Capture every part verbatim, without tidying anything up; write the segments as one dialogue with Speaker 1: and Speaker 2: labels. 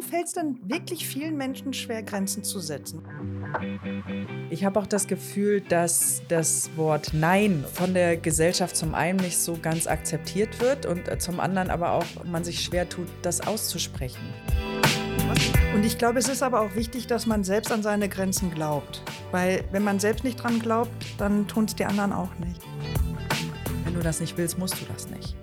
Speaker 1: warum fällt es dann wirklich vielen Menschen schwer, Grenzen zu setzen?
Speaker 2: Ich habe auch das Gefühl, dass das Wort Nein von der Gesellschaft zum einen nicht so ganz akzeptiert wird und zum anderen aber auch man sich schwer tut, das auszusprechen.
Speaker 1: Und ich glaube, es ist aber auch wichtig, dass man selbst an seine Grenzen glaubt. Weil wenn man selbst nicht dran glaubt, dann tun es die anderen auch nicht.
Speaker 2: Wenn du das nicht willst, musst du das nicht.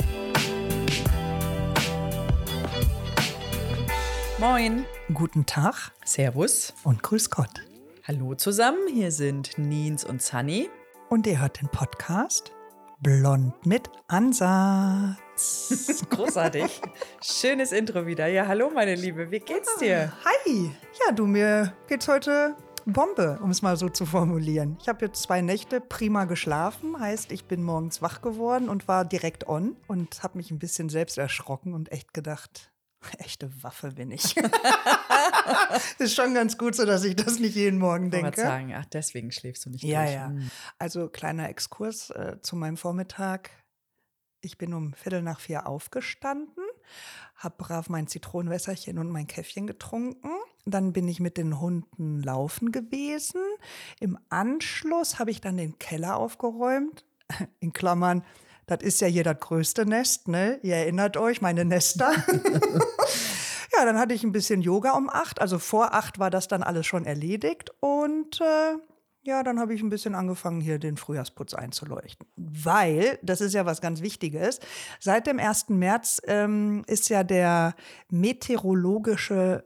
Speaker 2: Moin.
Speaker 1: Guten Tag.
Speaker 2: Servus.
Speaker 1: Und grüß Gott.
Speaker 2: Hallo zusammen, hier sind Nins und Sunny.
Speaker 1: Und ihr hört den Podcast Blond mit Ansatz.
Speaker 2: Großartig. Schönes Intro wieder. Ja, hallo meine Liebe, wie geht's dir?
Speaker 1: Hi. Ja, du, mir geht's heute Bombe, um es mal so zu formulieren. Ich habe jetzt zwei Nächte prima geschlafen, heißt, ich bin morgens wach geworden und war direkt on und habe mich ein bisschen selbst erschrocken und echt gedacht, echte Waffe bin ich. Ist schon ganz gut so, dass ich das nicht jeden Morgen denke.
Speaker 2: Ich wollte sagen, ach, deswegen schläfst du nicht
Speaker 1: ja,
Speaker 2: durch.
Speaker 1: Ja, ja. Also kleiner Exkurs äh, zu meinem Vormittag. Ich bin um Viertel nach vier aufgestanden, habe brav mein Zitronenwässerchen und mein Käffchen getrunken. Dann bin ich mit den Hunden laufen gewesen. Im Anschluss habe ich dann den Keller aufgeräumt. In Klammern, das ist ja hier das größte Nest, ne? Ihr erinnert euch, meine Nester. Ja, dann hatte ich ein bisschen Yoga um acht. Also vor acht war das dann alles schon erledigt. Und äh, ja, dann habe ich ein bisschen angefangen, hier den Frühjahrsputz einzuleuchten. Weil, das ist ja was ganz Wichtiges, seit dem ersten März ähm, ist ja der meteorologische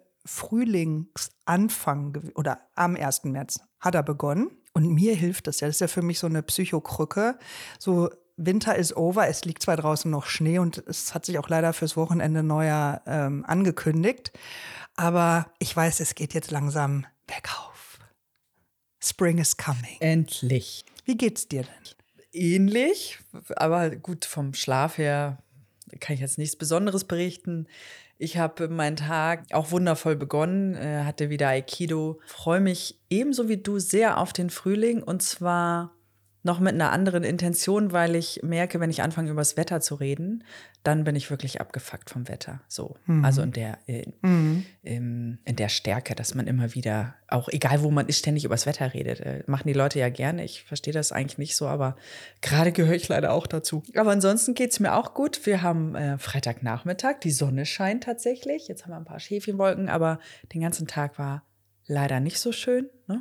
Speaker 1: Frühlingsanfang, ge- oder am ersten März hat er begonnen. Und mir hilft das ja. Das ist ja für mich so eine Psychokrücke. So, Winter ist over, es liegt zwar draußen noch Schnee und es hat sich auch leider fürs Wochenende neuer ähm, angekündigt. Aber ich weiß, es geht jetzt langsam bergauf. Spring is coming.
Speaker 2: Endlich.
Speaker 1: Wie geht's dir denn?
Speaker 2: Ähnlich, aber gut, vom Schlaf her kann ich jetzt nichts Besonderes berichten. Ich habe meinen Tag auch wundervoll begonnen, äh, hatte wieder Aikido. Freue mich ebenso wie du sehr auf den Frühling und zwar noch mit einer anderen Intention, weil ich merke, wenn ich anfange, über das Wetter zu reden, dann bin ich wirklich abgefuckt vom Wetter. So, mhm. Also in der, in, mhm. in, in der Stärke, dass man immer wieder, auch egal wo man ist, ständig über das Wetter redet. Äh, machen die Leute ja gerne. Ich verstehe das eigentlich nicht so, aber gerade gehöre ich leider auch dazu. Aber ansonsten geht es mir auch gut. Wir haben äh, Freitagnachmittag, die Sonne scheint tatsächlich. Jetzt haben wir ein paar Schäfchenwolken, aber den ganzen Tag war leider nicht so schön, ne?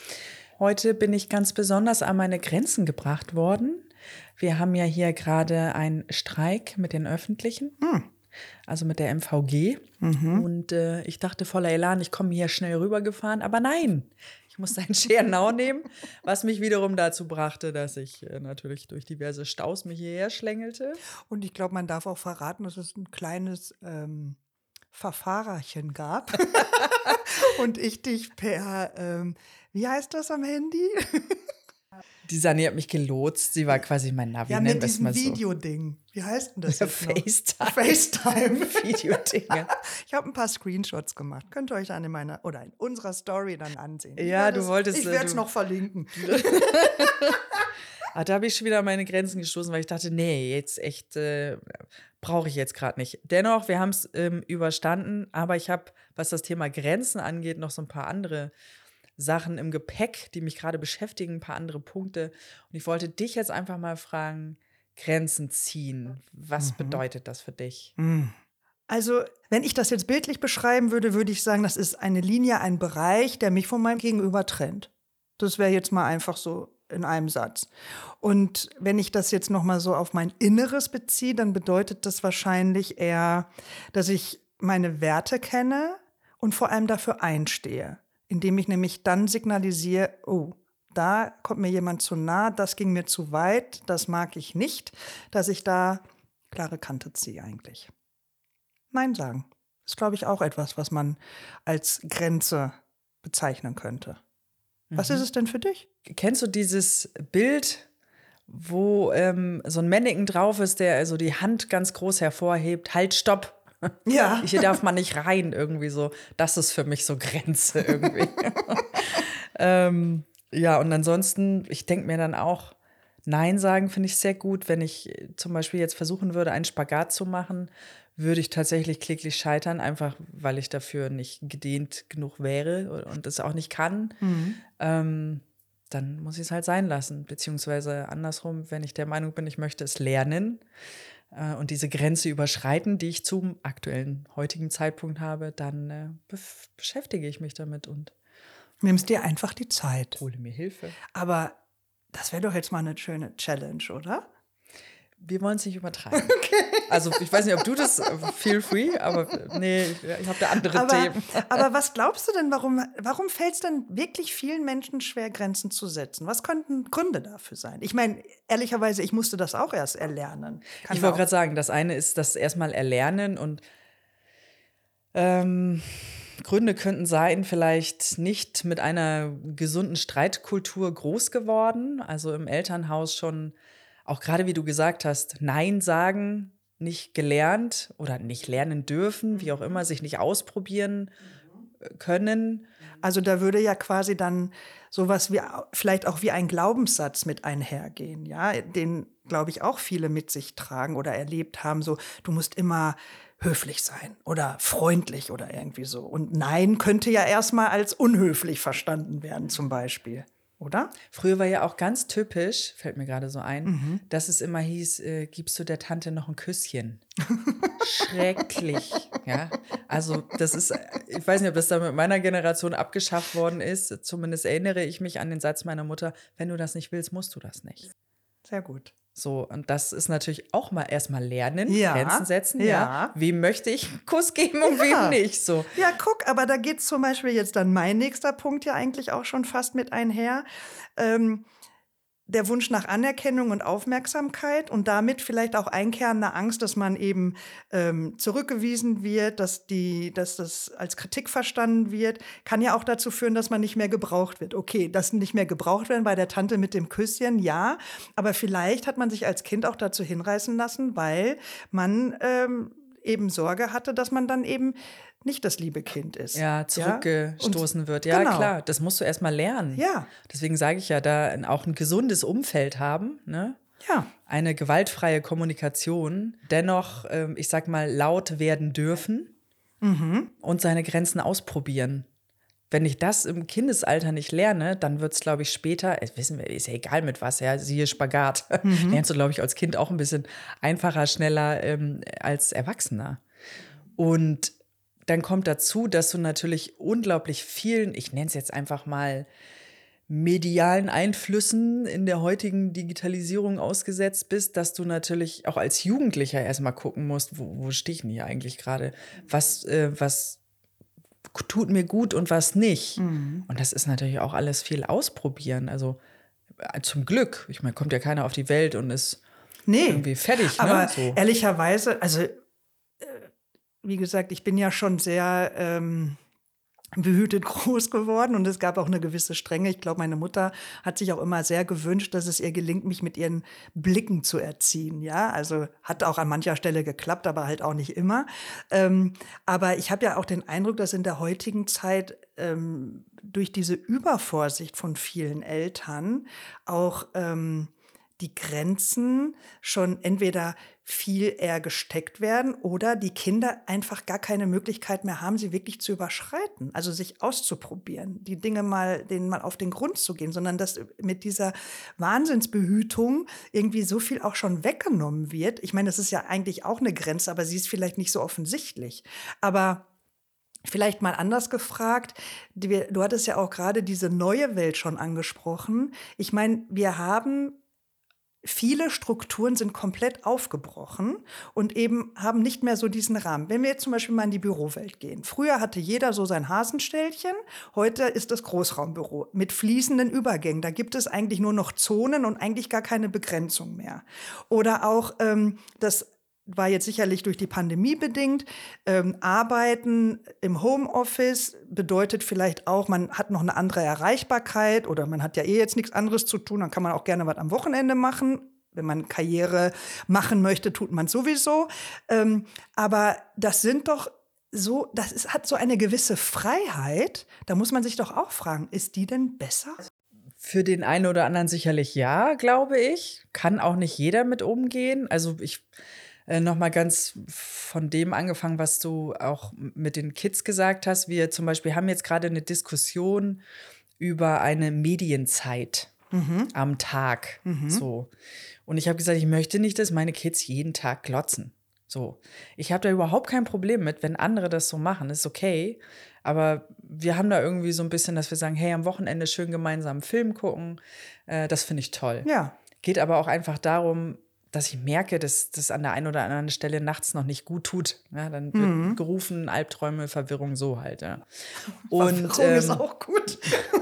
Speaker 2: Heute bin ich ganz besonders an meine Grenzen gebracht worden. Wir haben ja hier gerade einen Streik mit den Öffentlichen, hm. also mit der M V G. Mhm. Und äh, ich dachte voller Elan, ich komme hier schnell rübergefahren. Aber nein, ich musste einen Schernau nehmen, was mich wiederum dazu brachte, dass ich äh, natürlich durch diverse Staus mich hierher schlängelte.
Speaker 1: Und ich glaube, man darf auch verraten, dass es ein kleines ähm, Verfahrerchen gab. Und ich dich per, ähm, wie heißt das am Handy?
Speaker 2: Die Sani hat mich gelotst. Sie war quasi mein Navi.
Speaker 1: Ja, mit diesem Videoding. Wie heißt denn das jetzt noch?
Speaker 2: FaceTime.
Speaker 1: FaceTime.
Speaker 2: Videodinge.
Speaker 1: Ich habe ein paar Screenshots gemacht. Könnt ihr euch dann in meiner oder in unserer Story dann ansehen.
Speaker 2: Ja,
Speaker 1: das,
Speaker 2: du wolltest.
Speaker 1: Ich werde es noch verlinken.
Speaker 2: Ah, da habe ich schon wieder an meine Grenzen gestoßen, weil ich dachte, nee, jetzt echt äh, brauche ich jetzt gerade nicht. Dennoch, wir haben es ähm, überstanden, aber ich habe, was das Thema Grenzen angeht, noch so ein paar andere Sachen im Gepäck, die mich gerade beschäftigen, ein paar andere Punkte. Und ich wollte dich jetzt einfach mal fragen, Grenzen ziehen, was mhm. bedeutet das für dich?
Speaker 1: Mhm. Also, wenn ich das jetzt bildlich beschreiben würde, würde ich sagen, das ist eine Linie, ein Bereich, der mich von meinem Gegenüber trennt. Das wäre jetzt mal einfach so in einem Satz. Und wenn ich das jetzt noch mal so auf mein Inneres beziehe, dann bedeutet das wahrscheinlich eher, dass ich meine Werte kenne und vor allem dafür einstehe, indem ich nämlich dann signalisiere, oh, da kommt mir jemand zu nah, das ging mir zu weit, das mag ich nicht, dass ich da klare Kante ziehe eigentlich. Nein sagen. Ist, glaube ich, auch etwas, was man als Grenze bezeichnen könnte. Was ist es denn für dich?
Speaker 2: Kennst du dieses Bild, wo ähm, so ein Mannequin drauf ist, der also die Hand ganz groß hervorhebt? Halt, stopp!
Speaker 1: Ja.
Speaker 2: Hier darf man nicht rein, irgendwie so. Das ist für mich so Grenze irgendwie. ähm, ja, und ansonsten, ich denke mir dann auch, Nein sagen finde ich sehr gut. Wenn ich äh, zum Beispiel jetzt versuchen würde, einen Spagat zu machen, würde ich tatsächlich kläglich scheitern, einfach weil ich dafür nicht gedehnt genug wäre und es auch nicht kann.
Speaker 1: Mhm.
Speaker 2: Ähm, dann muss ich es halt sein lassen. Beziehungsweise andersrum, wenn ich der Meinung bin, ich möchte es lernen äh, und diese Grenze überschreiten, die ich zum aktuellen, heutigen Zeitpunkt habe, dann äh, bef- beschäftige ich mich damit und
Speaker 1: Nimmst dir einfach die Zeit.
Speaker 2: hole mir Hilfe.
Speaker 1: Aber das wäre doch jetzt mal eine schöne Challenge, oder?
Speaker 2: Wir wollen es nicht übertreiben. Also ich weiß nicht, ob du das äh, feel free, aber äh, nee, ich, ich habe da andere
Speaker 1: Aber,
Speaker 2: Themen.
Speaker 1: aber was glaubst du denn, warum, warum fällt es denn wirklich vielen Menschen schwer, Grenzen zu setzen? Was könnten Gründe dafür sein? Ich meine, ehrlicherweise, ich musste das auch erst erlernen. Kann
Speaker 2: Ich
Speaker 1: da
Speaker 2: wollte
Speaker 1: auch-
Speaker 2: gerade sagen, das eine ist das erstmal Erlernen und ähm, Gründe könnten sein, vielleicht nicht mit einer gesunden Streitkultur groß geworden, also im Elternhaus schon, auch gerade wie du gesagt hast, Nein sagen, nicht gelernt oder nicht lernen dürfen, wie auch immer, sich nicht ausprobieren äh, können.
Speaker 1: Also da würde ja quasi dann sowas wie au- vielleicht auch wie ein Glaubenssatz mit einhergehen, ja, den, glaube ich, auch viele mit sich tragen oder erlebt haben, so, du musst immer höflich sein oder freundlich oder irgendwie so. Und Nein könnte ja erstmal als unhöflich verstanden werden, zum Beispiel, oder?
Speaker 2: Früher war ja auch ganz typisch, fällt mir gerade so ein, dass es immer hieß, äh, gibst du der Tante noch ein Küsschen? Schrecklich, ja. Also das ist, ich weiß nicht, ob das da mit meiner Generation abgeschafft worden ist. Zumindest erinnere ich mich an den Satz meiner Mutter, wenn du das nicht willst, musst du das nicht.
Speaker 1: Sehr gut.
Speaker 2: So, und das ist natürlich auch mal erstmal lernen,
Speaker 1: Ja,
Speaker 2: Grenzen setzen, ja.
Speaker 1: ja.
Speaker 2: Wem möchte ich einen Kuss geben und
Speaker 1: Ja.
Speaker 2: wem nicht, so.
Speaker 1: Ja, guck, aber da geht zum Beispiel jetzt dann mein nächster Punkt ja eigentlich auch schon fast mit einher. Ähm, der Wunsch nach Anerkennung und Aufmerksamkeit und damit vielleicht auch einkehrende Angst, dass man eben ähm, zurückgewiesen wird, dass, die, dass das als Kritik verstanden wird, kann ja auch dazu führen, dass man nicht mehr gebraucht wird. Okay, das nicht mehr gebraucht werden bei der Tante mit dem Küsschen, ja, aber vielleicht hat man sich als Kind auch dazu hinreißen lassen, weil man ähm, eben Sorge hatte, dass man dann eben nicht das liebe Kind ist.
Speaker 2: Ja, zurückgestoßen
Speaker 1: Und-
Speaker 2: wird. Ja,
Speaker 1: genau.
Speaker 2: klar, das musst du erst mal lernen.
Speaker 1: Ja.
Speaker 2: Deswegen sage ich ja, da ein- auch ein gesundes Umfeld haben, ne?
Speaker 1: Ja.
Speaker 2: Eine gewaltfreie Kommunikation, dennoch, ähm, ich sag mal, laut werden dürfen und seine Grenzen ausprobieren. Wenn ich das im Kindesalter nicht lerne, dann wird es, glaube ich, später, äh, wissen wir, ist ja egal mit was, ja, siehe Spagat, lernst du, glaube ich, als Kind auch ein bisschen einfacher, schneller ähm, als Erwachsener. Und dann kommt dazu, dass du natürlich unglaublich vielen, ich nenne es jetzt einfach mal, medialen Einflüssen in der heutigen Digitalisierung ausgesetzt bist, dass du natürlich auch als Jugendlicher erstmal gucken musst, wo, wo stehe ich denn hier eigentlich gerade? Was, äh, was tut mir gut und was nicht? Und das ist natürlich auch alles viel ausprobieren. Also äh, zum Glück, ich meine, kommt ja keiner auf die Welt und ist
Speaker 1: Nee.
Speaker 2: irgendwie fertig.
Speaker 1: Aber
Speaker 2: ne? so.
Speaker 1: ehrlicherweise, also äh, wie gesagt, ich bin ja schon sehr ähm, behütet groß geworden und es gab auch eine gewisse Strenge. Ich glaube, meine Mutter hat sich auch immer sehr gewünscht, dass es ihr gelingt, mich mit ihren Blicken zu erziehen. Ja, also hat auch an mancher Stelle geklappt, aber halt auch nicht immer. Ähm, aber ich habe ja auch den Eindruck, dass in der heutigen Zeit ähm, durch diese Übervorsicht von vielen Eltern auch ähm, die Grenzen schon entweder viel eher gesteckt werden oder die Kinder einfach gar keine Möglichkeit mehr haben, sie wirklich zu überschreiten, also sich auszuprobieren, die Dinge mal, denen mal auf den Grund zu gehen, sondern dass mit dieser Wahnsinnsbehütung irgendwie so viel auch schon weggenommen wird. Ich meine, das ist ja eigentlich auch eine Grenze, aber sie ist vielleicht nicht so offensichtlich. Aber vielleicht mal anders gefragt, die- du hattest ja auch gerade diese neue Welt schon angesprochen. Ich meine, wir haben viele Strukturen sind komplett aufgebrochen und eben haben nicht mehr so diesen Rahmen. Wenn wir jetzt zum Beispiel mal in die Bürowelt gehen. Früher hatte jeder so sein Hasenställchen. Heute ist das Großraumbüro mit fließenden Übergängen. Da gibt es eigentlich nur noch Zonen und eigentlich gar keine Begrenzung mehr. Oder auch ähm, das war jetzt sicherlich durch die Pandemie bedingt. Ähm, Arbeiten im Homeoffice bedeutet vielleicht auch, man hat noch eine andere Erreichbarkeit oder man hat ja eh jetzt nichts anderes zu tun, dann kann man auch gerne was am Wochenende machen. Wenn man Karriere machen möchte, tut man sowieso. Ähm, aber das sind doch so, das ist, hat so eine gewisse Freiheit. Da muss man sich doch auch fragen, ist die denn besser?
Speaker 2: Für den einen oder anderen sicherlich ja, glaube ich. Kann auch nicht jeder mit umgehen. Also ich äh, noch mal ganz von dem angefangen, was du auch mit den Kids gesagt hast. Wir zum Beispiel haben jetzt gerade eine Diskussion über eine Medienzeit
Speaker 1: Mhm.
Speaker 2: am Tag.
Speaker 1: Mhm.
Speaker 2: So. Und ich habe gesagt, ich möchte nicht, dass meine Kids jeden Tag glotzen. So. Ich habe da überhaupt kein Problem mit, wenn andere das so machen, ist okay. Aber wir haben da irgendwie so ein bisschen, dass wir sagen, hey, am Wochenende schön gemeinsam einen Film gucken. Äh, das finde ich toll.
Speaker 1: Ja.
Speaker 2: Geht aber auch einfach darum, dass ich merke, dass das an der einen oder anderen Stelle nachts noch nicht gut tut. Ja, dann wird
Speaker 1: Mhm.
Speaker 2: gerufen, Albträume, Verwirrung, so halt. Ja.
Speaker 1: Und
Speaker 2: Und
Speaker 1: ist
Speaker 2: ähm,
Speaker 1: auch gut.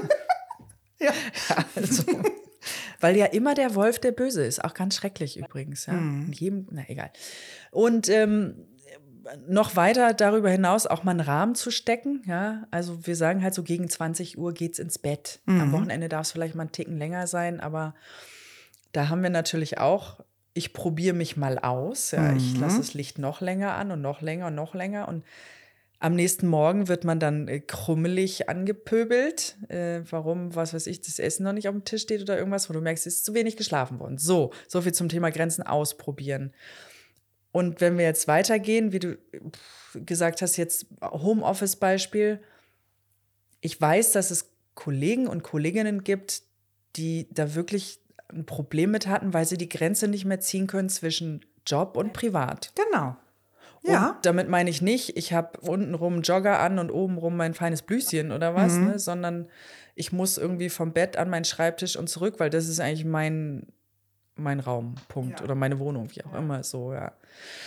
Speaker 1: Ja.
Speaker 2: also, weil ja immer der Wolf der Böse ist. Auch ganz schrecklich übrigens. Ja.
Speaker 1: Mhm.
Speaker 2: In jedem, na egal. Und ähm, noch weiter darüber hinaus auch mal einen Rahmen zu stecken. Ja. Also wir sagen halt so, gegen zwanzig Uhr geht's ins Bett. Am
Speaker 1: Mhm.
Speaker 2: Wochenende darf es vielleicht mal einen Ticken länger sein, aber da haben wir natürlich auch, ich probiere mich mal aus. Ja. Ich lasse
Speaker 1: Mhm.
Speaker 2: das Licht noch länger an und noch länger und noch länger. Und am nächsten Morgen wird man dann äh, krummelig angepöbelt. Äh, warum, was weiß ich, das Essen noch nicht auf dem Tisch steht oder irgendwas, wo du merkst, es ist zu wenig geschlafen worden. So, so viel zum Thema Grenzen ausprobieren. Und wenn wir jetzt weitergehen, wie du pf, gesagt hast, jetzt Homeoffice-Beispiel. Ich weiß, dass es Kollegen und Kolleginnen gibt, die da wirklich ein Problem mit hatten, weil sie die Grenze nicht mehr ziehen können zwischen Job und Privat.
Speaker 1: Genau.
Speaker 2: Und
Speaker 1: Ja.
Speaker 2: damit meine ich nicht, ich habe untenrum einen Jogger an und obenrum mein feines Blüschen oder was,
Speaker 1: Mhm.
Speaker 2: ne? Sondern ich muss irgendwie vom Bett an meinen Schreibtisch und zurück, weil das ist eigentlich mein, mein Raumpunkt
Speaker 1: Ja.
Speaker 2: oder meine Wohnung, wie auch immer so, ja.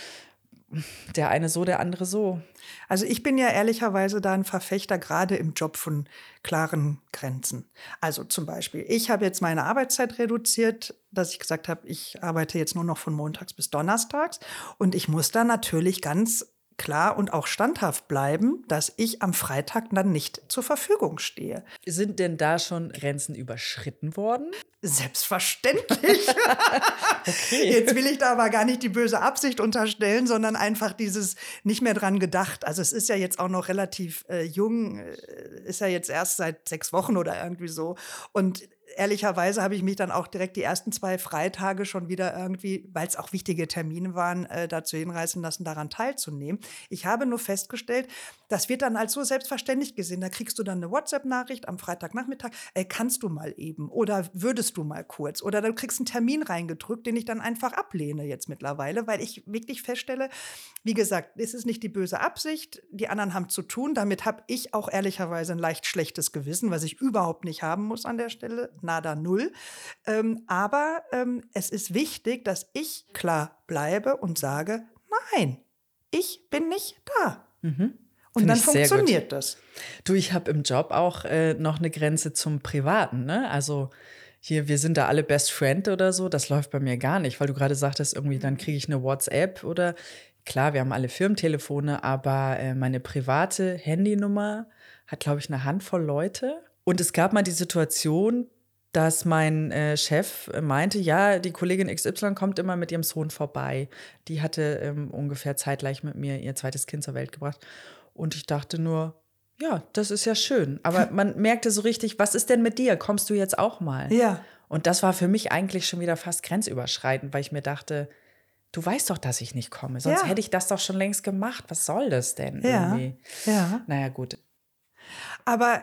Speaker 2: Der eine so, der andere so.
Speaker 1: Also ich bin ja ehrlicherweise da ein Verfechter, gerade im Job, von klaren Grenzen. Also zum Beispiel, ich habe jetzt meine Arbeitszeit reduziert, dass ich gesagt habe, ich arbeite jetzt nur noch von montags bis donnerstags. Und ich muss da natürlich ganz klar und auch standhaft bleiben, dass ich am Freitag dann nicht zur Verfügung stehe.
Speaker 2: Sind denn da schon Grenzen überschritten worden?
Speaker 1: Selbstverständlich.
Speaker 2: Okay.
Speaker 1: Jetzt will ich da aber gar nicht die böse Absicht unterstellen, sondern einfach dieses nicht mehr dran gedacht. Also es ist ja jetzt auch noch relativ äh, jung, äh, ist ja jetzt erst seit sechs Wochen oder irgendwie so. Und ehrlicherweise habe ich mich dann auch direkt die ersten zwei Freitage schon wieder irgendwie, weil es auch wichtige Termine waren, äh, dazu hinreißen lassen, daran teilzunehmen. Ich habe nur festgestellt, das wird dann als so selbstverständlich gesehen. Da kriegst du dann eine WhatsApp-Nachricht am Freitagnachmittag, äh, kannst du mal eben oder würdest du mal kurz? Oder du kriegst einen Termin reingedrückt, den ich dann einfach ablehne jetzt mittlerweile, weil ich wirklich feststelle, wie gesagt, es ist nicht die böse Absicht, die anderen haben zu tun. Damit habe ich auch ehrlicherweise ein leicht schlechtes Gewissen, was ich überhaupt nicht haben muss an der Stelle, nada null. Ähm, aber ähm, es ist wichtig, dass ich klar bleibe und sage, nein, ich bin nicht da.
Speaker 2: Mhm.
Speaker 1: Und
Speaker 2: Finde
Speaker 1: dann
Speaker 2: ich sehr gut.
Speaker 1: funktioniert das.
Speaker 2: Du, ich habe im Job auch äh, noch eine Grenze zum Privaten, ne? Also hier, wir sind da alle Best Friend oder so, das läuft bei mir gar nicht, weil du gerade sagtest, irgendwie, dann kriege ich eine WhatsApp oder klar, wir haben alle Firmentelefone, aber äh, meine private Handynummer hat, glaube ich, eine Handvoll Leute. Und es gab mal die Situation, dass mein äh, Chef meinte, ja, die Kollegin X Y kommt immer mit ihrem Sohn vorbei. Die hatte ähm, ungefähr zeitgleich mit mir ihr zweites Kind zur Welt gebracht. Und ich dachte nur, ja, das ist ja schön. Aber man merkte so richtig, was ist denn mit dir? Kommst du jetzt auch mal?
Speaker 1: Ja.
Speaker 2: Und das war für mich eigentlich schon wieder fast grenzüberschreitend, weil ich mir dachte, du weißt doch, dass ich nicht komme. Sonst
Speaker 1: Ja.
Speaker 2: hätte ich das doch schon längst gemacht. Was soll das denn
Speaker 1: Ja.
Speaker 2: irgendwie?
Speaker 1: Ja.
Speaker 2: Naja, gut.
Speaker 1: Aber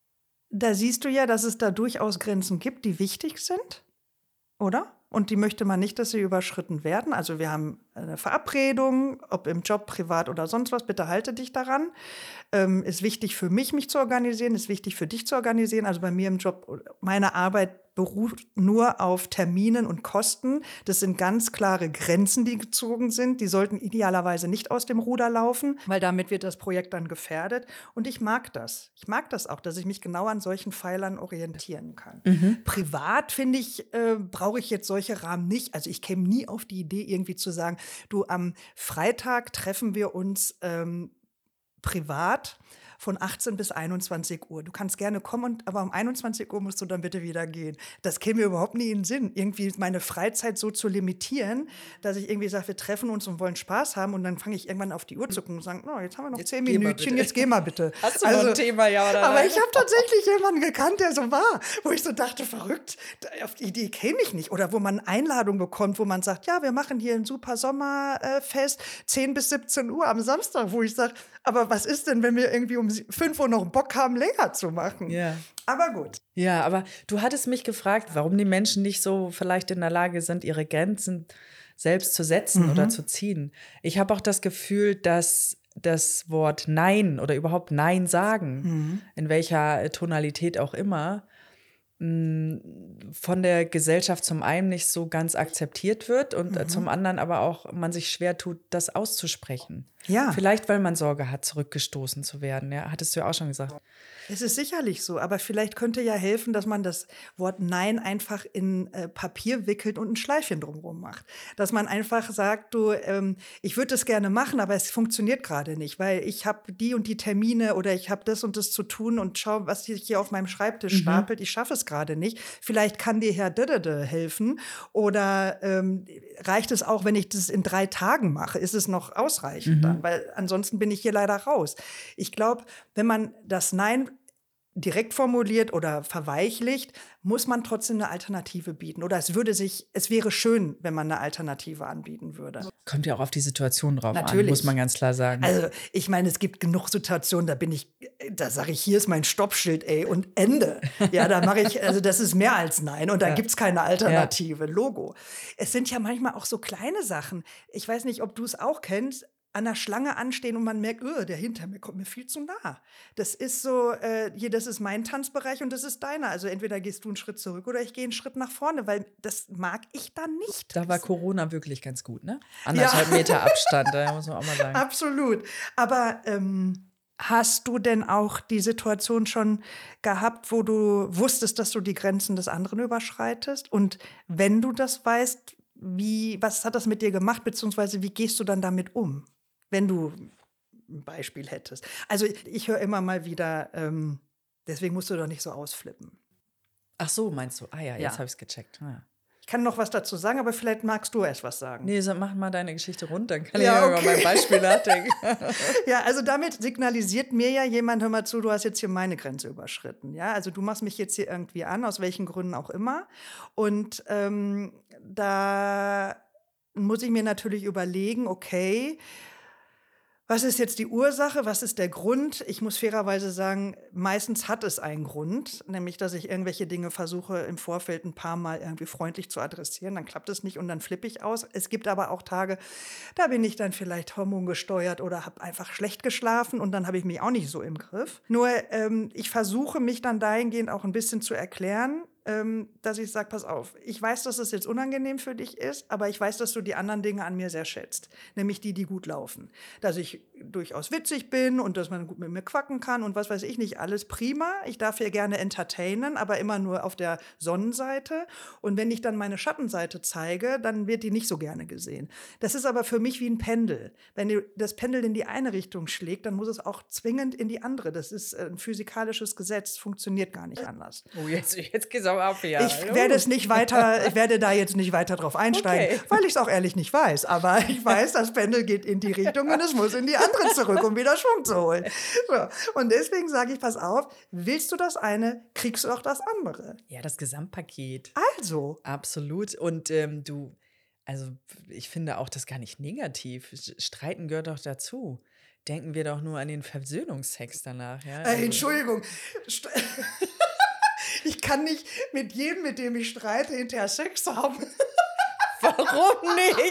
Speaker 1: da siehst du ja, dass es da durchaus Grenzen gibt, die wichtig sind, oder? Und die möchte man nicht, dass sie überschritten werden. Also wir haben eine Verabredung, ob im Job, privat oder sonst was, bitte halte dich daran. Ähm, ist wichtig für mich, mich zu organisieren, ist wichtig für dich zu organisieren. Also bei mir im Job, meine Arbeit beruht nur auf Terminen und Kosten. Das sind ganz klare Grenzen, die gezogen sind. Die sollten idealerweise nicht aus dem Ruder laufen, weil damit wird das Projekt dann gefährdet. Und ich mag das. Ich mag das auch, dass ich mich genau an solchen Pfeilern orientieren kann.
Speaker 2: Mhm.
Speaker 1: Privat, finde ich, äh, brauche ich jetzt solche Rahmen nicht. Also ich käme nie auf die Idee, irgendwie zu sagen, du, am Freitag treffen wir uns ähm, privat, von achtzehn bis einundzwanzig Uhr. Du kannst gerne kommen, und, aber um einundzwanzig Uhr musst du dann bitte wieder gehen. Das käme mir überhaupt nie in den Sinn, irgendwie meine Freizeit so zu limitieren, dass ich irgendwie sage, wir treffen uns und wollen Spaß haben, und dann fange ich irgendwann auf die Uhr zu gucken und sagen, no, jetzt haben wir noch
Speaker 2: Jetzt
Speaker 1: zehn
Speaker 2: geh mal
Speaker 1: Minütchen,
Speaker 2: bitte.
Speaker 1: jetzt geh mal bitte.
Speaker 2: Hast du noch ein Thema, ja oder
Speaker 1: aber
Speaker 2: nein?
Speaker 1: ich habe tatsächlich jemanden gekannt, der so war, wo ich so dachte, verrückt, da- auf die Idee käme ich nicht. Oder wo man Einladung bekommt, wo man sagt, ja, wir machen hier ein super Sommerfest, zehn bis siebzehn Uhr am Samstag, wo ich sage, aber was ist denn, wenn wir irgendwie um fünf Uhr noch Bock haben, länger zu machen?
Speaker 2: Ja.
Speaker 1: Aber gut.
Speaker 2: Ja, aber du hattest mich gefragt, warum die Menschen nicht so vielleicht in der Lage sind, ihre Grenzen selbst zu setzen
Speaker 1: Mhm.
Speaker 2: oder zu ziehen. Ich habe auch das Gefühl, dass das Wort Nein oder überhaupt Nein sagen,
Speaker 1: Mhm.
Speaker 2: in welcher Tonalität auch immer, mh, von der Gesellschaft zum einen nicht so ganz akzeptiert wird und äh, zum anderen aber auch man sich schwer tut, das auszusprechen.
Speaker 1: Ja.
Speaker 2: Vielleicht, weil man Sorge hat, zurückgestoßen zu werden. Ja, hattest du ja auch schon gesagt.
Speaker 1: Es ist sicherlich so, aber vielleicht könnte ja helfen, dass man das Wort Nein einfach in äh, Papier wickelt und ein Schleifchen drumherum macht. Dass man einfach sagt, du, ähm, ich würde das gerne machen, aber es funktioniert gerade nicht, weil ich habe die und die Termine oder ich habe das und das zu tun und schau, was sich hier auf meinem Schreibtisch
Speaker 2: Mhm.
Speaker 1: stapelt. Ich schaffe es gerade nicht. Vielleicht kann dir Herr Dödede helfen, oder ähm, reicht es auch, wenn ich das in drei Tagen mache? Ist es noch ausreichend dann? Weil ansonsten bin ich hier leider raus. Ich glaube, wenn man das Nein direkt formuliert oder verweichlicht, muss man trotzdem eine Alternative bieten. Oder es würde sich, es wäre schön, wenn man eine Alternative anbieten würde.
Speaker 2: Kommt ja auch auf die Situation drauf an,
Speaker 1: Natürlich.
Speaker 2: muss man ganz klar sagen.
Speaker 1: Also, ich meine, es gibt genug Situationen, da bin ich, da sage ich, hier ist mein Stoppschild, ey, und Ende. Ja, da mache ich, also das ist mehr als Nein, und da
Speaker 2: Ja.
Speaker 1: gibt's keine Alternative. Logo. Es sind ja manchmal auch so kleine Sachen. Ich weiß nicht, ob du es auch kennst. An der Schlange anstehen und man merkt, öh, der hinter mir kommt mir viel zu nah. Das ist so, äh, hier, das ist mein Tanzbereich und das ist deiner. Also entweder gehst du einen Schritt zurück oder ich gehe einen Schritt nach vorne, weil das mag ich dann nicht.
Speaker 2: Da war Corona wirklich ganz gut, ne? Anderthalb Meter Abstand, da muss man auch mal sagen.
Speaker 1: Absolut. Aber ähm, hast du denn auch die Situation schon gehabt, wo du wusstest, dass du die Grenzen des anderen überschreitest? Und wenn du das weißt, wie, was hat das mit dir gemacht, beziehungsweise wie gehst du dann damit um, wenn du ein Beispiel hättest? Also ich, ich höre immer mal wieder, ähm, deswegen musst du doch nicht so ausflippen.
Speaker 2: Ach so, meinst du? Ah ja,
Speaker 1: Ja.
Speaker 2: jetzt habe ich es gecheckt. Ah, ja.
Speaker 1: Ich kann noch was dazu sagen, aber vielleicht magst du erst was sagen.
Speaker 2: Nee, so, mach mal deine Geschichte rund, dann kann
Speaker 1: Ja,
Speaker 2: ich ja
Speaker 1: okay.
Speaker 2: über mein Beispiel nachdenken.
Speaker 1: Ja, also damit signalisiert mir ja jemand, hör mal zu, du hast jetzt hier meine Grenze überschritten. Ja, also du machst mich jetzt hier irgendwie an, aus welchen Gründen auch immer. Und ähm, da muss ich mir natürlich überlegen, okay, was ist jetzt die Ursache? Was ist der Grund? Ich muss fairerweise sagen, meistens hat es einen Grund, nämlich, dass ich irgendwelche Dinge versuche im Vorfeld ein paar Mal irgendwie freundlich zu adressieren. Dann klappt es nicht und dann flippe ich aus. Es gibt aber auch Tage, da bin ich dann vielleicht hormongesteuert oder habe einfach schlecht geschlafen und dann habe ich mich auch nicht so im Griff. Nur ähm, ich versuche mich dann dahingehend auch ein bisschen zu erklären, ähm, dass ich sage, pass auf, ich weiß, dass es jetzt unangenehm für dich ist, aber ich weiß, dass du die anderen Dinge an mir sehr schätzt, nämlich die, die gut laufen. Dass ich durchaus witzig bin und dass man gut mit mir quacken kann und was weiß ich nicht, alles prima. Ich darf hier gerne entertainen, aber immer nur auf der Sonnenseite. Und wenn ich dann meine Schattenseite zeige, dann wird die nicht so gerne gesehen. Das ist aber für mich wie ein Pendel. Wenn das Pendel in die eine Richtung schlägt, dann muss es auch zwingend in die andere. Das ist ein physikalisches Gesetz, funktioniert gar nicht anders.
Speaker 2: Oh, jetzt, jetzt geht's aber ab, ja.
Speaker 1: Ich werde es nicht weiter, ich werde da jetzt nicht weiter drauf einsteigen,
Speaker 2: Okay.
Speaker 1: weil ich es auch ehrlich nicht weiß. Aber ich weiß, das Pendel geht in die Richtung und es muss in die andere zurück, um wieder Schwung zu holen. So. Und deswegen sage ich, pass auf, willst du das eine, kriegst du auch das andere.
Speaker 2: Ja, das Gesamtpaket.
Speaker 1: Also,
Speaker 2: Absolut. Und ähm, du, also ich finde auch das gar nicht negativ. Streiten gehört doch dazu. Denken wir doch nur an den Versöhnungsex danach. Ja?
Speaker 1: äh,
Speaker 2: Also-
Speaker 1: Entschuldigung. St- Ich kann nicht mit jedem, mit dem ich streite, hinterher Sex haben.
Speaker 2: Warum nicht?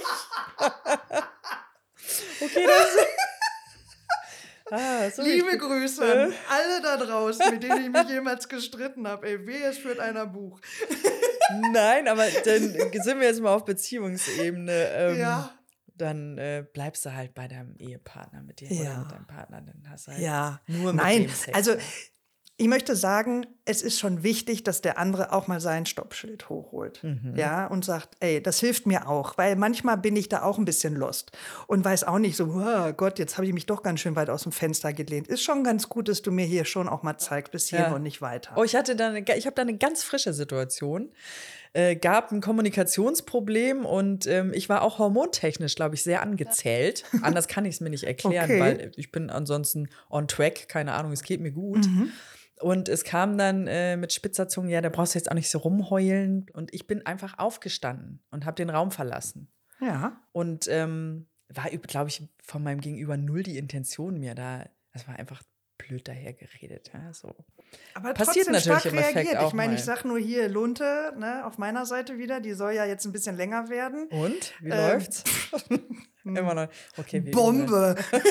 Speaker 2: Okay, das ah, so
Speaker 1: Liebe
Speaker 2: richtig.
Speaker 1: Grüße an alle da draußen, mit denen ich mich jemals gestritten habe. Ey, wehe, es führt einer Buch.
Speaker 2: Nein, aber dann sind wir jetzt mal auf Beziehungsebene. Ähm,
Speaker 1: Ja.
Speaker 2: Dann äh, bleibst du halt bei deinem Ehepartner mit dir
Speaker 1: Ja.
Speaker 2: oder mit deinem Partner. Dann hast du halt
Speaker 1: Ja,
Speaker 2: nur mit
Speaker 1: nein,
Speaker 2: dem Sex.
Speaker 1: also Ich möchte sagen, es ist schon wichtig, dass der andere auch mal sein Stoppschild hochholt.
Speaker 2: Mhm.
Speaker 1: Ja, und sagt, ey, das hilft mir auch, weil manchmal bin ich da auch ein bisschen lost und weiß auch nicht so, oh Gott, jetzt habe ich mich doch ganz schön weit aus dem Fenster gelehnt. Ist schon ganz gut, dass du mir hier schon auch mal zeigst, bis hierhin
Speaker 2: Ja.
Speaker 1: und nicht weiter.
Speaker 2: Oh, ich hatte da eine, ich habe da eine ganz frische Situation. Äh, gab ein Kommunikationsproblem und ähm, ich war auch hormontechnisch, glaube ich, sehr angezählt. Anders kann ich es mir nicht erklären,
Speaker 1: Okay.
Speaker 2: weil ich bin ansonsten on track, keine Ahnung, es geht mir gut.
Speaker 1: Mhm.
Speaker 2: Und es kam dann äh, mit spitzer Zunge, ja, da brauchst du jetzt auch nicht so rumheulen. Und ich bin einfach aufgestanden und habe den Raum verlassen.
Speaker 1: Ja.
Speaker 2: Und ähm, war, glaube ich, von meinem Gegenüber null die Intention mir da. Das war einfach blöd dahergeredet. Ja, so.
Speaker 1: Aber
Speaker 2: Passiert
Speaker 1: trotzdem
Speaker 2: natürlich
Speaker 1: stark
Speaker 2: im Effekt
Speaker 1: reagiert.
Speaker 2: auch
Speaker 1: Ich meine, ich
Speaker 2: mal.
Speaker 1: sag nur hier Lunte, ne, auf meiner Seite wieder, die soll ja jetzt ein bisschen länger werden.
Speaker 2: Und? Wie
Speaker 1: Ähm,
Speaker 2: läuft's? Immer noch. Okay, wie
Speaker 1: Bombe!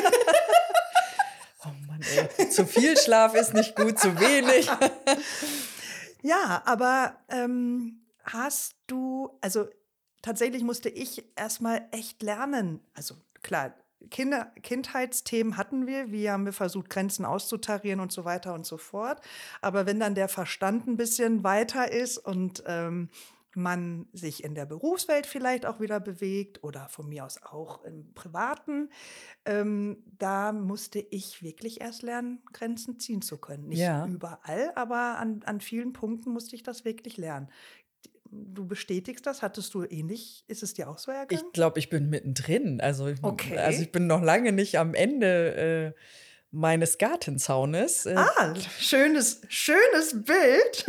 Speaker 2: Oh Mann, ey. Zu viel Schlaf ist nicht gut, zu wenig.
Speaker 1: Ja, aber ähm, hast du, also tatsächlich musste ich erstmal echt lernen. Also klar, Kinder, Kindheitsthemen hatten wir, wie haben wir versucht, Grenzen auszutarieren und so weiter und so fort. Aber wenn dann der Verstand ein bisschen weiter ist und ähm, man sich in der Berufswelt vielleicht auch wieder bewegt oder von mir aus auch im Privaten, ähm, da musste ich wirklich erst lernen, Grenzen ziehen zu können. Nicht
Speaker 2: Ja.
Speaker 1: überall, aber an, an vielen Punkten musste ich das wirklich lernen. Du bestätigst das? Hattest du ähnlich? Ist es dir auch so ergangen?
Speaker 2: Ich glaube, ich bin mittendrin. Also, ich-
Speaker 1: Okay.
Speaker 2: also ich bin noch lange nicht am Ende äh, meines Gartenzaunes. Äh,
Speaker 1: Ah, schönes, schönes Bild.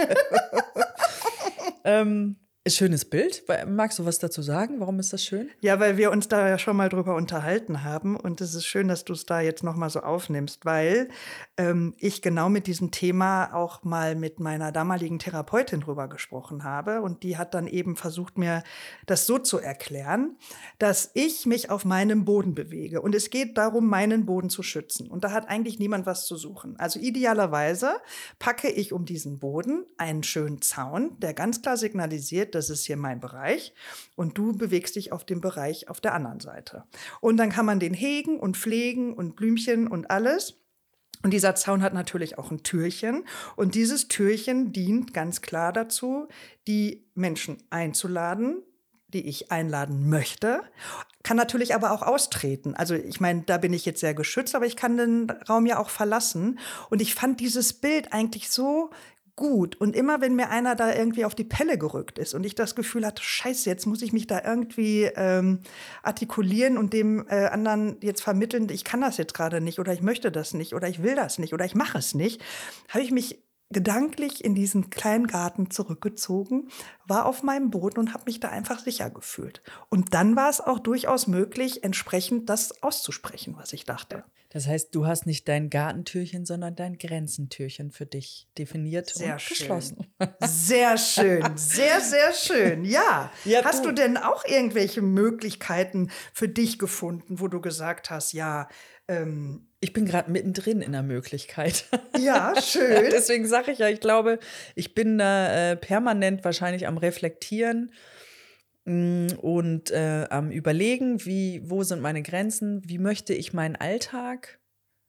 Speaker 2: ähm, schönes Bild. Magst du was dazu sagen? Warum ist das schön?
Speaker 1: Ja, weil wir uns da ja schon mal drüber unterhalten haben und es ist schön, dass du es da jetzt noch mal so aufnimmst, weil ähm, ich genau mit diesem Thema auch mal mit meiner damaligen Therapeutin drüber gesprochen habe und die hat dann eben versucht, mir das so zu erklären, dass ich mich auf meinem Boden bewege und es geht darum, meinen Boden zu schützen und da hat eigentlich niemand was zu suchen. Also idealerweise packe ich um diesen Boden einen schönen Zaun, der ganz klar signalisiert, das ist hier mein Bereich und du bewegst dich auf dem Bereich auf der anderen Seite. Und dann kann man den hegen und pflegen und Blümchen und alles. Und dieser Zaun hat natürlich auch ein Türchen. Und dieses Türchen dient ganz klar dazu, die Menschen einzuladen, die ich einladen möchte, kann natürlich aber auch austreten. Also ich meine, da bin ich jetzt sehr geschützt, aber ich kann den Raum ja auch verlassen. Und ich fand dieses Bild eigentlich so gut. Und immer, wenn mir einer da irgendwie auf die Pelle gerückt ist und ich das Gefühl hatte, scheiße, jetzt muss ich mich da irgendwie ähm, artikulieren und dem äh, anderen jetzt vermitteln, ich kann das jetzt gerade nicht oder ich möchte das nicht oder ich will das nicht oder ich mache es nicht, habe ich mich gedanklich in diesen kleinen Garten zurückgezogen, war auf meinem Boden und habe mich da einfach sicher gefühlt. Und dann war es auch durchaus möglich, entsprechend das auszusprechen, was ich dachte.
Speaker 2: Das heißt, du hast nicht dein Gartentürchen, sondern dein Grenzentürchen für dich definiert
Speaker 1: Sehr
Speaker 2: und
Speaker 1: schön.
Speaker 2: geschlossen.
Speaker 1: Sehr schön, sehr, sehr schön. Ja.
Speaker 2: Ja,
Speaker 1: hast
Speaker 2: du-
Speaker 1: du denn auch irgendwelche Möglichkeiten für dich gefunden, wo du gesagt hast, ja, ähm,
Speaker 2: Ich bin gerade mittendrin in der Möglichkeit.
Speaker 1: ja, schön.
Speaker 2: Deswegen sage ich ja, ich glaube, ich bin da äh, permanent wahrscheinlich am Reflektieren mh, und äh, am Überlegen, wie, wo sind meine Grenzen, wie möchte ich meinen Alltag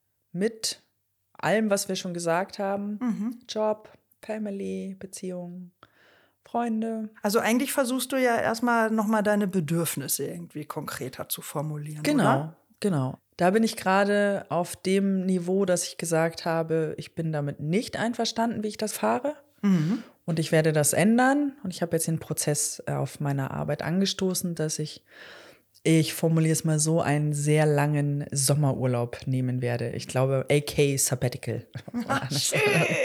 Speaker 2: mit allem, was wir schon gesagt haben,
Speaker 1: Mhm.
Speaker 2: Job, Family, Beziehung, Freunde.
Speaker 1: Also eigentlich versuchst du ja erstmal nochmal deine Bedürfnisse irgendwie konkreter zu formulieren,
Speaker 2: Genau,
Speaker 1: oder?
Speaker 2: genau. Da bin ich gerade auf dem Niveau, dass ich gesagt habe, ich bin damit nicht einverstanden, wie ich das fahre.
Speaker 1: Mhm.
Speaker 2: Und ich werde das ändern. Und ich habe jetzt den Prozess äh, auf meiner Arbeit angestoßen, dass ich, ich formuliere es mal so, einen sehr langen Sommerurlaub nehmen werde. Ich glaube, A K Sabbatical.
Speaker 1: Ach, schön.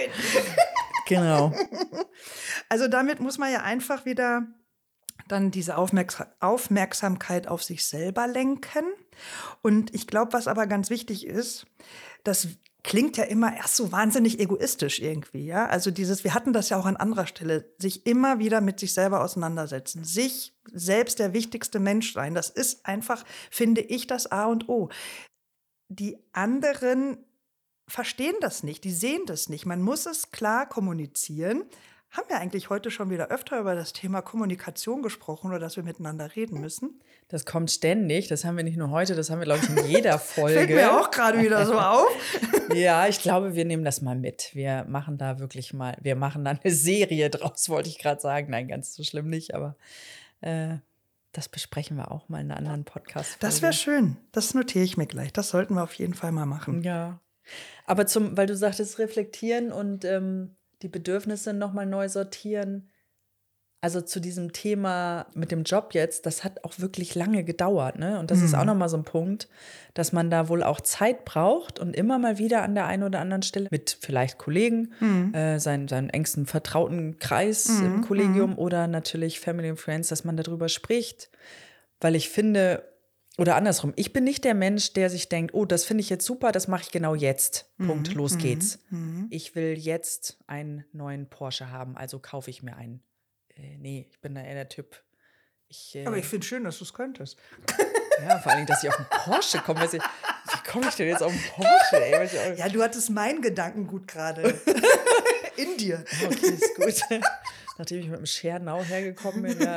Speaker 2: Genau.
Speaker 1: Also damit muss man ja einfach wieder dann diese Aufmerks- Aufmerksamkeit auf sich selber lenken. Und ich glaube, was aber ganz wichtig ist, das klingt ja immer erst so wahnsinnig egoistisch irgendwie, ja. Also dieses, wir hatten das ja auch an anderer Stelle, sich immer wieder mit sich selber auseinandersetzen, sich selbst der wichtigste Mensch sein. Das ist einfach, finde ich, das A und O. Die anderen verstehen das nicht, die sehen das nicht. Man muss es klar kommunizieren. Haben wir eigentlich heute schon wieder öfter über das Thema Kommunikation gesprochen oder dass wir miteinander reden müssen?
Speaker 2: Das kommt ständig. Das haben wir nicht nur heute, das haben wir, glaube ich, in jeder Folge.
Speaker 1: Fällt mir auch gerade wieder so auf.
Speaker 2: Ja, ich glaube, wir nehmen das mal mit. Wir machen da wirklich mal, wir machen da eine Serie draus, wollte ich gerade sagen. Nein, ganz so schlimm nicht, aber äh, das besprechen wir auch mal in einer anderen Podcast-Folge.
Speaker 1: Das wäre schön. Das notiere ich mir gleich. Das sollten wir auf jeden Fall mal machen.
Speaker 2: Ja. Aber zum, weil du sagtest, reflektieren und ähm, die Bedürfnisse nochmal neu sortieren. Also zu diesem Thema mit dem Job jetzt, das hat auch wirklich lange gedauert, ne? Und das mhm. ist auch nochmal so ein Punkt, dass man da wohl auch Zeit braucht und immer mal wieder an der einen oder anderen Stelle mit vielleicht Kollegen, mhm. äh, seinen, seinen engsten vertrauten Kreis mhm. im Kollegium mhm. oder natürlich Family and Friends, dass man darüber spricht. Weil ich finde, oder andersrum, ich bin nicht der Mensch, der sich denkt, oh, das finde ich jetzt super, das mache ich genau jetzt. Mhm. Punkt, los geht's. Mhm. Ich will jetzt einen neuen Porsche haben, also kaufe ich mir einen. Äh, nee, ich bin da eher der Typ. Ich, äh,
Speaker 1: Aber ich finde schön, dass du es könntest.
Speaker 2: Ja, vor allem, dass ich auf einen Porsche komme. Wie komme ich denn jetzt auf einen Porsche? Ey?
Speaker 1: Ja, du hattest meinen Gedankengut gerade in dir.
Speaker 2: Okay, ist gut. Nachdem ich mit dem Schernau hergekommen bin. Ja.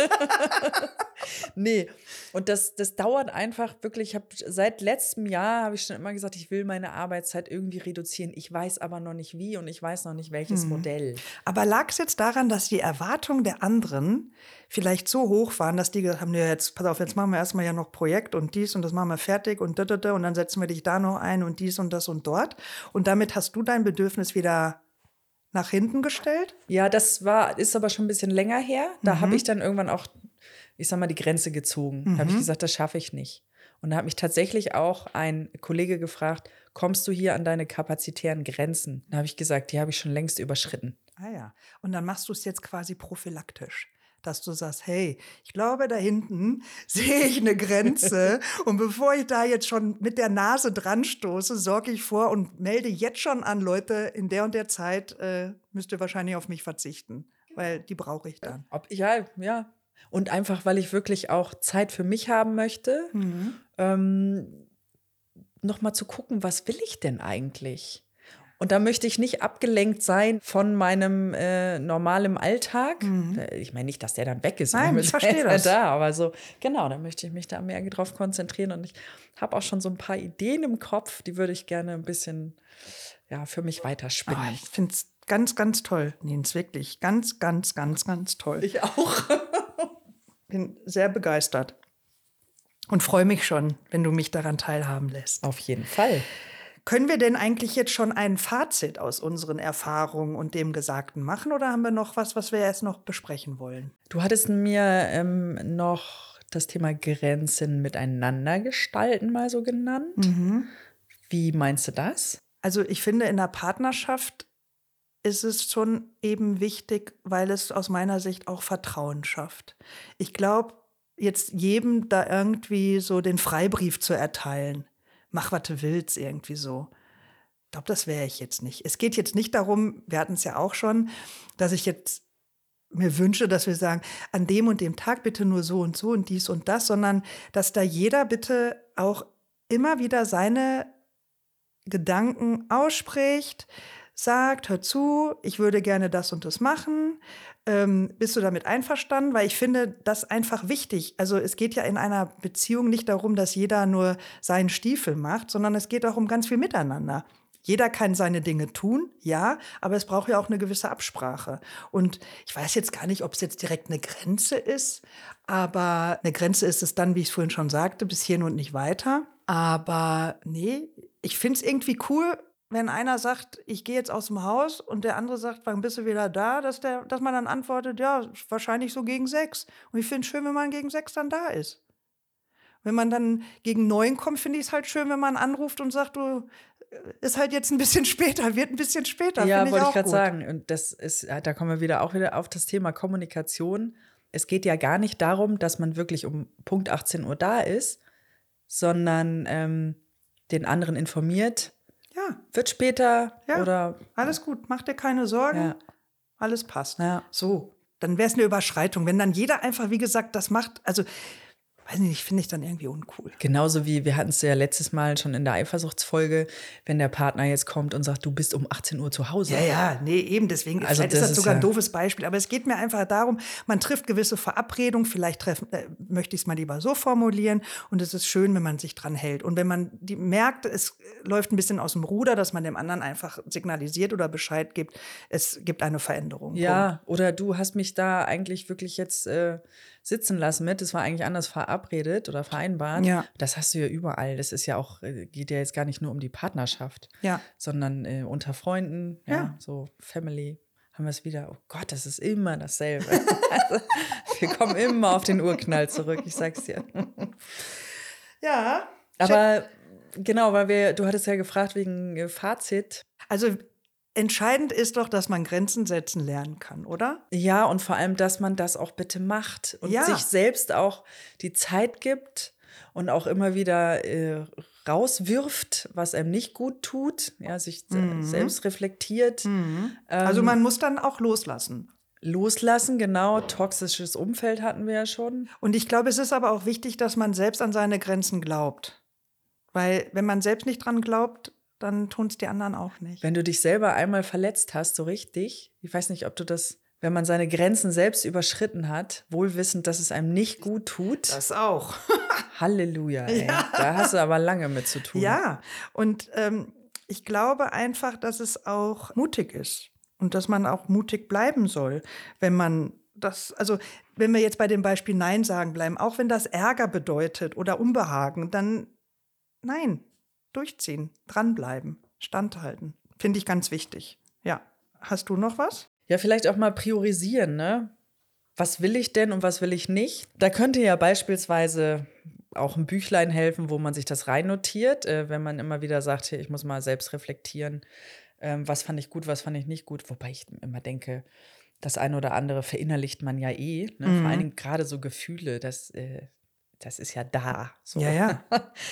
Speaker 2: Nee, und das, das dauert einfach wirklich. Ich hab, seit letztem Jahr habe ich schon immer gesagt, ich will meine Arbeitszeit irgendwie reduzieren. Ich weiß aber noch nicht wie und ich weiß noch nicht, welches hm. Modell.
Speaker 1: Aber lag es jetzt daran, dass die Erwartungen der anderen vielleicht so hoch waren, dass die gesagt haben, nee, jetzt, pass auf, jetzt machen wir erstmal ja noch Projekt und dies und das machen wir fertig und da, da, da, und dann setzen wir dich da noch ein und dies und das und dort. Und damit hast du dein Bedürfnis wieder nach hinten gestellt?
Speaker 2: Ja, das war, ist aber schon ein bisschen länger her. Da mhm. habe ich dann irgendwann auch, ich sag mal, die Grenze gezogen. Mhm. Da habe ich gesagt, das schaffe ich nicht. Und da hat mich tatsächlich auch ein Kollege gefragt, kommst du hier an deine kapazitären Grenzen? Da habe ich gesagt, die habe ich schon längst überschritten.
Speaker 1: Ah ja, und dann machst du es jetzt quasi prophylaktisch. Dass du sagst, hey, ich glaube, da hinten sehe ich eine Grenze und bevor ich da jetzt schon mit der Nase dran stoße, sorge ich vor und melde jetzt schon an, Leute, in der und der Zeit äh, müsst ihr wahrscheinlich auf mich verzichten, weil die brauche ich dann.
Speaker 2: Ob, ja, ja. Und einfach, weil ich wirklich auch Zeit für mich haben möchte, mhm. ähm, noch mal zu gucken, was will ich denn eigentlich? Und da möchte ich nicht abgelenkt sein von meinem äh, normalen Alltag. Mhm. Ich meine nicht, dass der dann weg ist.
Speaker 1: Nein, ich verstehe das.
Speaker 2: Da, aber so, genau, da möchte ich mich da mehr drauf konzentrieren. Und ich habe auch schon so ein paar Ideen im Kopf, die würde ich gerne ein bisschen ja, für mich weiterspinnen.
Speaker 1: Oh, ich finde es ganz, ganz toll, Nins, wirklich. Ganz, ganz, ganz, ganz toll.
Speaker 2: Ich auch.
Speaker 1: Bin sehr begeistert und freue mich schon, wenn du mich daran teilhaben lässt.
Speaker 2: Auf jeden Fall.
Speaker 1: Können wir denn eigentlich jetzt schon ein Fazit aus unseren Erfahrungen und dem Gesagten machen oder haben wir noch was, was wir erst noch besprechen wollen?
Speaker 2: Du hattest mir ähm, noch das Thema Grenzen miteinander gestalten mal so genannt. Mhm. Wie meinst du das?
Speaker 1: Also ich finde, in der Partnerschaft ist es schon eben wichtig, weil es aus meiner Sicht auch Vertrauen schafft. Ich glaube, jetzt jedem da irgendwie so den Freibrief zu erteilen, mach, was du willst, irgendwie so. Ich glaube, das wäre ich jetzt nicht. Es geht jetzt nicht darum, wir hatten es ja auch schon, dass ich jetzt mir wünsche, dass wir sagen, an dem und dem Tag bitte nur so und so und dies und das, sondern dass da jeder bitte auch immer wieder seine Gedanken ausspricht, sagt, hör zu, ich würde gerne das und das machen. Ähm, bist du damit einverstanden? Weil ich finde das einfach wichtig. Also es geht ja in einer Beziehung nicht darum, dass jeder nur seinen Stiefel macht, sondern es geht auch um ganz viel Miteinander. Jeder kann seine Dinge tun, ja, aber es braucht ja auch eine gewisse Absprache. Und ich weiß jetzt gar nicht, ob es jetzt direkt eine Grenze ist, aber eine Grenze ist es dann, wie ich es vorhin schon sagte, bis hierhin und nicht weiter. Aber nee, ich finde es irgendwie cool, wenn einer sagt, ich gehe jetzt aus dem Haus und der andere sagt, wann bist du wieder da, dass, der, dass man dann antwortet, ja, wahrscheinlich so gegen sechs. Und ich finde es schön, wenn man gegen sechs dann da ist. Wenn man dann gegen neun kommt, finde ich es halt schön, wenn man anruft und sagt, du, ist halt jetzt ein bisschen später, wird ein bisschen später.
Speaker 2: Ja, wollte ich gerade sagen. Und das ist, da kommen wir wieder auch wieder auf das Thema Kommunikation. Es geht ja gar nicht darum, dass man wirklich um Punkt achtzehn Uhr da ist, sondern ähm, den anderen informiert.
Speaker 1: Ja.
Speaker 2: Wird später
Speaker 1: ja.
Speaker 2: oder.
Speaker 1: Alles gut, mach dir keine Sorgen.
Speaker 2: Ja.
Speaker 1: Alles passt.
Speaker 2: Ja.
Speaker 1: So, dann wäre es eine Überschreitung. Wenn dann jeder einfach, wie gesagt, das macht, also weiß nicht, finde ich dann irgendwie uncool.
Speaker 2: Genauso wie, wir hatten es ja letztes Mal schon in der Eifersuchtsfolge, wenn der Partner jetzt kommt und sagt, du bist um achtzehn Uhr zu Hause.
Speaker 1: Ja, ja, nee, eben deswegen,
Speaker 2: Also
Speaker 1: vielleicht ist
Speaker 2: das
Speaker 1: das
Speaker 2: ist
Speaker 1: sogar ein
Speaker 2: ja-
Speaker 1: doofes Beispiel, aber es geht mir einfach darum, man trifft gewisse Verabredungen, vielleicht treffen, äh, möchte ich es mal lieber so formulieren und es ist schön, wenn man sich dran hält. Und wenn man die merkt, es läuft ein bisschen aus dem Ruder, dass man dem anderen einfach signalisiert oder Bescheid gibt, es gibt eine Veränderung. Punkt.
Speaker 2: Ja, oder du hast mich da eigentlich wirklich jetzt äh, sitzen lassen mit, das war eigentlich anders verabredet oder vereinbart.
Speaker 1: Ja.
Speaker 2: Das hast du ja überall. Das ist ja auch, äh, geht ja jetzt gar nicht nur um die Partnerschaft,
Speaker 1: Ja.
Speaker 2: sondern äh, unter Freunden, ja,
Speaker 1: Ja.
Speaker 2: so Family. Haben wir es wieder. Oh Gott, das ist immer dasselbe. Also, wir kommen immer auf den Urknall zurück, ich sag's dir.
Speaker 1: Ja.
Speaker 2: Aber genau, weil wir, du hattest ja gefragt wegen äh, Fazit.
Speaker 1: Also entscheidend ist doch, dass man Grenzen setzen lernen kann, oder?
Speaker 2: Ja, und vor allem, dass man das auch bitte macht und
Speaker 1: Ja.
Speaker 2: sich selbst auch die Zeit gibt und auch immer wieder äh, rauswirft, was einem nicht gut tut, ja, sich se- selbst reflektiert.
Speaker 1: Also man muss dann auch loslassen.
Speaker 2: Loslassen, genau, toxisches Umfeld hatten wir ja schon.
Speaker 1: Und ich glaube, es ist aber auch wichtig, dass man selbst an seine Grenzen glaubt. Weil wenn man selbst nicht dran glaubt, dann tun es die anderen auch nicht.
Speaker 2: Wenn du dich selber einmal verletzt hast, so richtig, ich weiß nicht, ob du das, wenn man seine Grenzen selbst überschritten hat, wohlwissend, dass es einem nicht gut tut,
Speaker 1: Das auch.
Speaker 2: Halleluja, ey. Da hast du aber lange mit zu tun.
Speaker 1: Ja, und ähm, ich glaube einfach, dass es auch mutig ist und dass man auch mutig bleiben soll, wenn man das, also wenn wir jetzt bei dem Beispiel Nein sagen bleiben, auch wenn das Ärger bedeutet oder Unbehagen, dann nein, durchziehen, dranbleiben, standhalten. Finde ich ganz wichtig. Ja. Hast du noch was?
Speaker 2: Ja, vielleicht auch mal priorisieren, ne? Was will ich denn und was will ich nicht? Da könnte ja beispielsweise auch ein Büchlein helfen, wo man sich das reinnotiert, äh, wenn man immer wieder sagt, hier, ich muss mal selbst reflektieren, ähm, was fand ich gut, was fand ich nicht gut. Wobei ich immer denke, das eine oder andere verinnerlicht man ja eh. Ne?
Speaker 1: Mhm.
Speaker 2: Vor allen Dingen gerade so Gefühle, das, äh, das ist ja da. So.
Speaker 1: Ja, ja.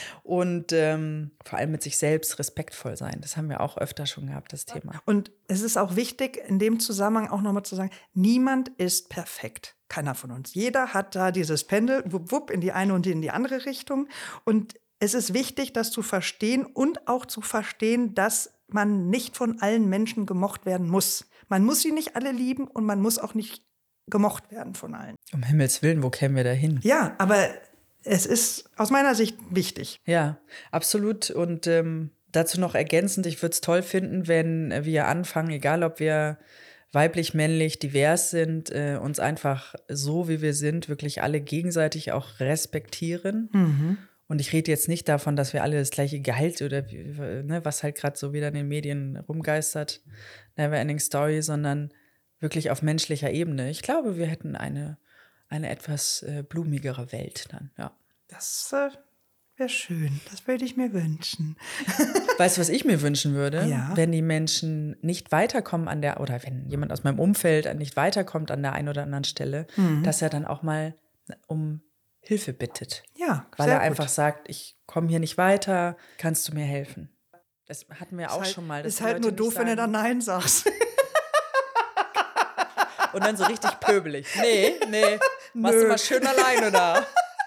Speaker 2: Und ähm, vor allem mit sich selbst respektvoll sein. Das haben wir auch öfter schon gehabt, das Thema.
Speaker 1: Und es ist auch wichtig, in dem Zusammenhang auch nochmal zu sagen, niemand ist perfekt. Keiner von uns. Jeder hat da dieses Pendel, wupp, wupp, in die eine und in die andere Richtung. Und es ist wichtig, das zu verstehen und auch zu verstehen, dass man nicht von allen Menschen gemocht werden muss. Man muss sie nicht alle lieben und man muss auch nicht gemocht werden von allen.
Speaker 2: Um Himmels Willen, wo kämen wir da hin?
Speaker 1: Ja, aber es ist aus meiner Sicht wichtig.
Speaker 2: Ja, absolut. Und ähm, dazu noch ergänzend, ich würde es toll finden, wenn wir anfangen, egal ob wir weiblich, männlich, divers sind, äh, uns einfach so, wie wir sind, wirklich alle gegenseitig auch respektieren.
Speaker 1: Mhm.
Speaker 2: Und ich rede jetzt nicht davon, dass wir alle das gleiche Gehalt oder ne, was halt gerade so wieder in den Medien rumgeistert, Neverending Story, sondern wirklich auf menschlicher Ebene. Ich glaube, wir hätten eine, eine etwas äh, blumigere Welt dann, ja.
Speaker 1: Das äh, wäre schön. Das würde ich mir wünschen.
Speaker 2: Weißt du, was ich mir wünschen würde?
Speaker 1: Ja.
Speaker 2: Wenn die Menschen nicht weiterkommen an der, oder wenn jemand aus meinem Umfeld nicht weiterkommt an der einen oder anderen Stelle,
Speaker 1: Mhm.
Speaker 2: dass er dann auch mal um Hilfe bittet.
Speaker 1: Ja,
Speaker 2: Weil
Speaker 1: sehr
Speaker 2: er einfach
Speaker 1: gut.
Speaker 2: sagt, ich komme hier nicht weiter, kannst du mir helfen? Das hatten wir auch
Speaker 1: Ist halt,
Speaker 2: schon mal. dass
Speaker 1: ist
Speaker 2: die
Speaker 1: halt
Speaker 2: Leute
Speaker 1: nur
Speaker 2: nicht
Speaker 1: doof, wenn du
Speaker 2: sagen-
Speaker 1: dann Nein sagst.
Speaker 2: Und dann so richtig pöbelig. Nee, nee, machst du
Speaker 1: Nö.
Speaker 2: mal schön alleine da.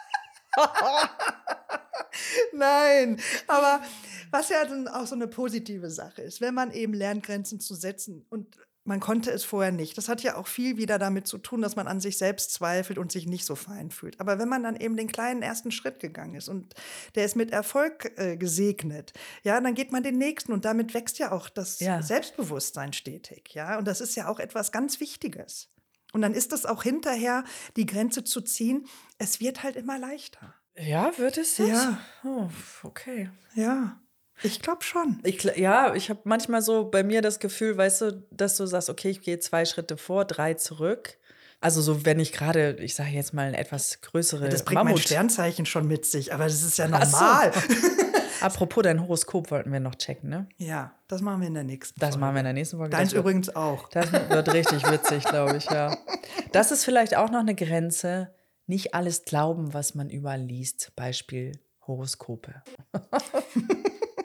Speaker 1: Nein, aber was ja dann auch so eine positive Sache ist, wenn man eben lernt, Grenzen zu setzen und man konnte es vorher nicht. Das hat ja auch viel wieder damit zu tun, dass man an sich selbst zweifelt und sich nicht so fein fühlt. Aber wenn man dann eben den kleinen ersten Schritt gegangen ist und der ist mit Erfolg äh, gesegnet, ja, dann geht man den nächsten und damit wächst ja auch das
Speaker 2: Ja.
Speaker 1: Selbstbewusstsein stetig, ja. Und das ist ja auch etwas ganz Wichtiges. Und dann ist es auch hinterher, die Grenze zu ziehen. Es wird halt immer leichter.
Speaker 2: Ja, wird es das?
Speaker 1: Ja.
Speaker 2: Oh, okay.
Speaker 1: Ja, ich glaube schon.
Speaker 2: Ich, gl- ja, ich habe manchmal so bei mir das Gefühl, weißt du, dass du sagst, okay, ich gehe zwei Schritte vor, drei zurück. Also so, wenn ich gerade, ich sage jetzt mal, eine etwas größere
Speaker 1: Das bringt mein
Speaker 2: Mammut.
Speaker 1: Sternzeichen schon mit sich, aber das ist ja
Speaker 2: Ach so.
Speaker 1: normal.
Speaker 2: Apropos, dein Horoskop wollten wir noch checken, ne?
Speaker 1: Ja, das machen wir in der nächsten
Speaker 2: Das
Speaker 1: Folge.
Speaker 2: machen wir in der nächsten Folge.
Speaker 1: Deins
Speaker 2: Das wird-
Speaker 1: übrigens auch.
Speaker 2: Das wird richtig witzig, glaube ich, ja. Das ist vielleicht auch noch eine Grenze. Nicht alles glauben, was man überall liest. Beispiel Horoskope.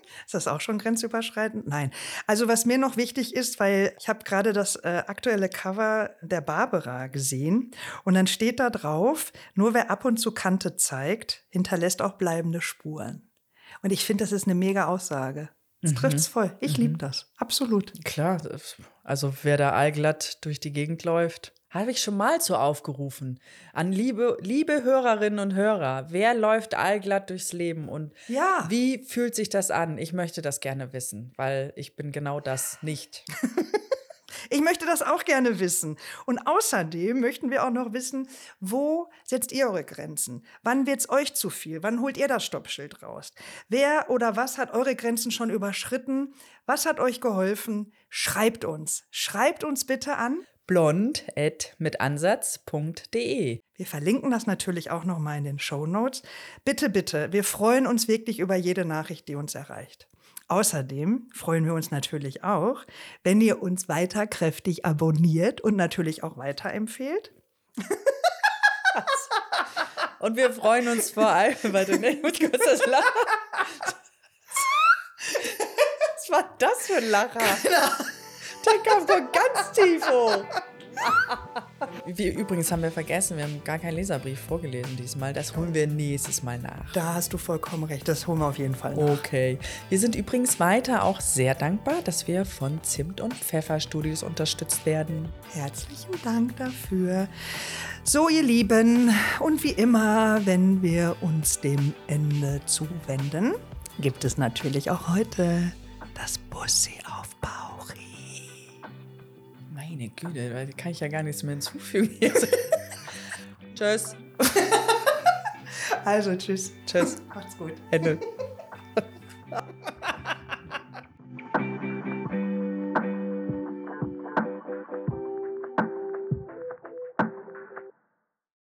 Speaker 1: Ist das auch schon grenzüberschreitend? Nein. Also was mir noch wichtig ist, weil ich habe gerade das äh, aktuelle Cover der Barbara gesehen und dann steht da drauf, nur wer ab und zu Kante zeigt, hinterlässt auch bleibende Spuren. Und ich finde, das ist eine mega Aussage. Das
Speaker 2: Mhm.
Speaker 1: trifft's voll. Ich
Speaker 2: Mhm.
Speaker 1: liebe das. Absolut.
Speaker 2: Klar, das- also wer da allglatt durch die Gegend läuft, habe ich schon mal so aufgerufen. An liebe, liebe Hörerinnen und Hörer, wer läuft allglatt durchs Leben und
Speaker 1: Ja.
Speaker 2: wie fühlt sich das an? Ich möchte das gerne wissen, weil ich bin genau das nicht.
Speaker 1: Ich möchte das auch gerne wissen. Und außerdem möchten wir auch noch wissen, wo setzt ihr eure Grenzen? Wann wird's euch zu viel? Wann holt ihr das Stoppschild raus? Wer oder was hat eure Grenzen schon überschritten? Was hat euch geholfen? Schreibt uns. Schreibt uns bitte an.
Speaker 2: blond at mitansatz punkt de.
Speaker 1: Wir verlinken das natürlich auch noch mal in den Shownotes. Bitte, bitte, wir freuen uns wirklich über jede Nachricht, die uns erreicht. Außerdem freuen wir uns natürlich auch, wenn ihr uns weiter kräftig abonniert und natürlich auch weiterempfehlt.
Speaker 2: Und wir freuen uns vor allem, warte, ne, ich muss kurz das Lachen. Was war das für ein Lacher? Der kam von ganz tief hoch. Wir, übrigens haben wir vergessen, wir haben gar keinen Leserbrief vorgelesen diesmal. Das holen wir nächstes Mal nach.
Speaker 1: Da hast du vollkommen recht, das holen wir auf jeden Fall nach.
Speaker 2: Okay. Wir sind übrigens weiter auch sehr dankbar, dass wir von Zimt und Pfeffer Studios unterstützt werden.
Speaker 1: Herzlichen Dank dafür. So, ihr Lieben, und wie immer, wenn wir uns dem Ende zuwenden, gibt es natürlich auch heute das Bussi auf Bauchi.
Speaker 2: Meine Güte, da kann ich ja gar nichts mehr hinzufügen. Tschüss.
Speaker 1: Also, tschüss.
Speaker 2: Tschüss.
Speaker 1: Macht's gut.
Speaker 2: Ende.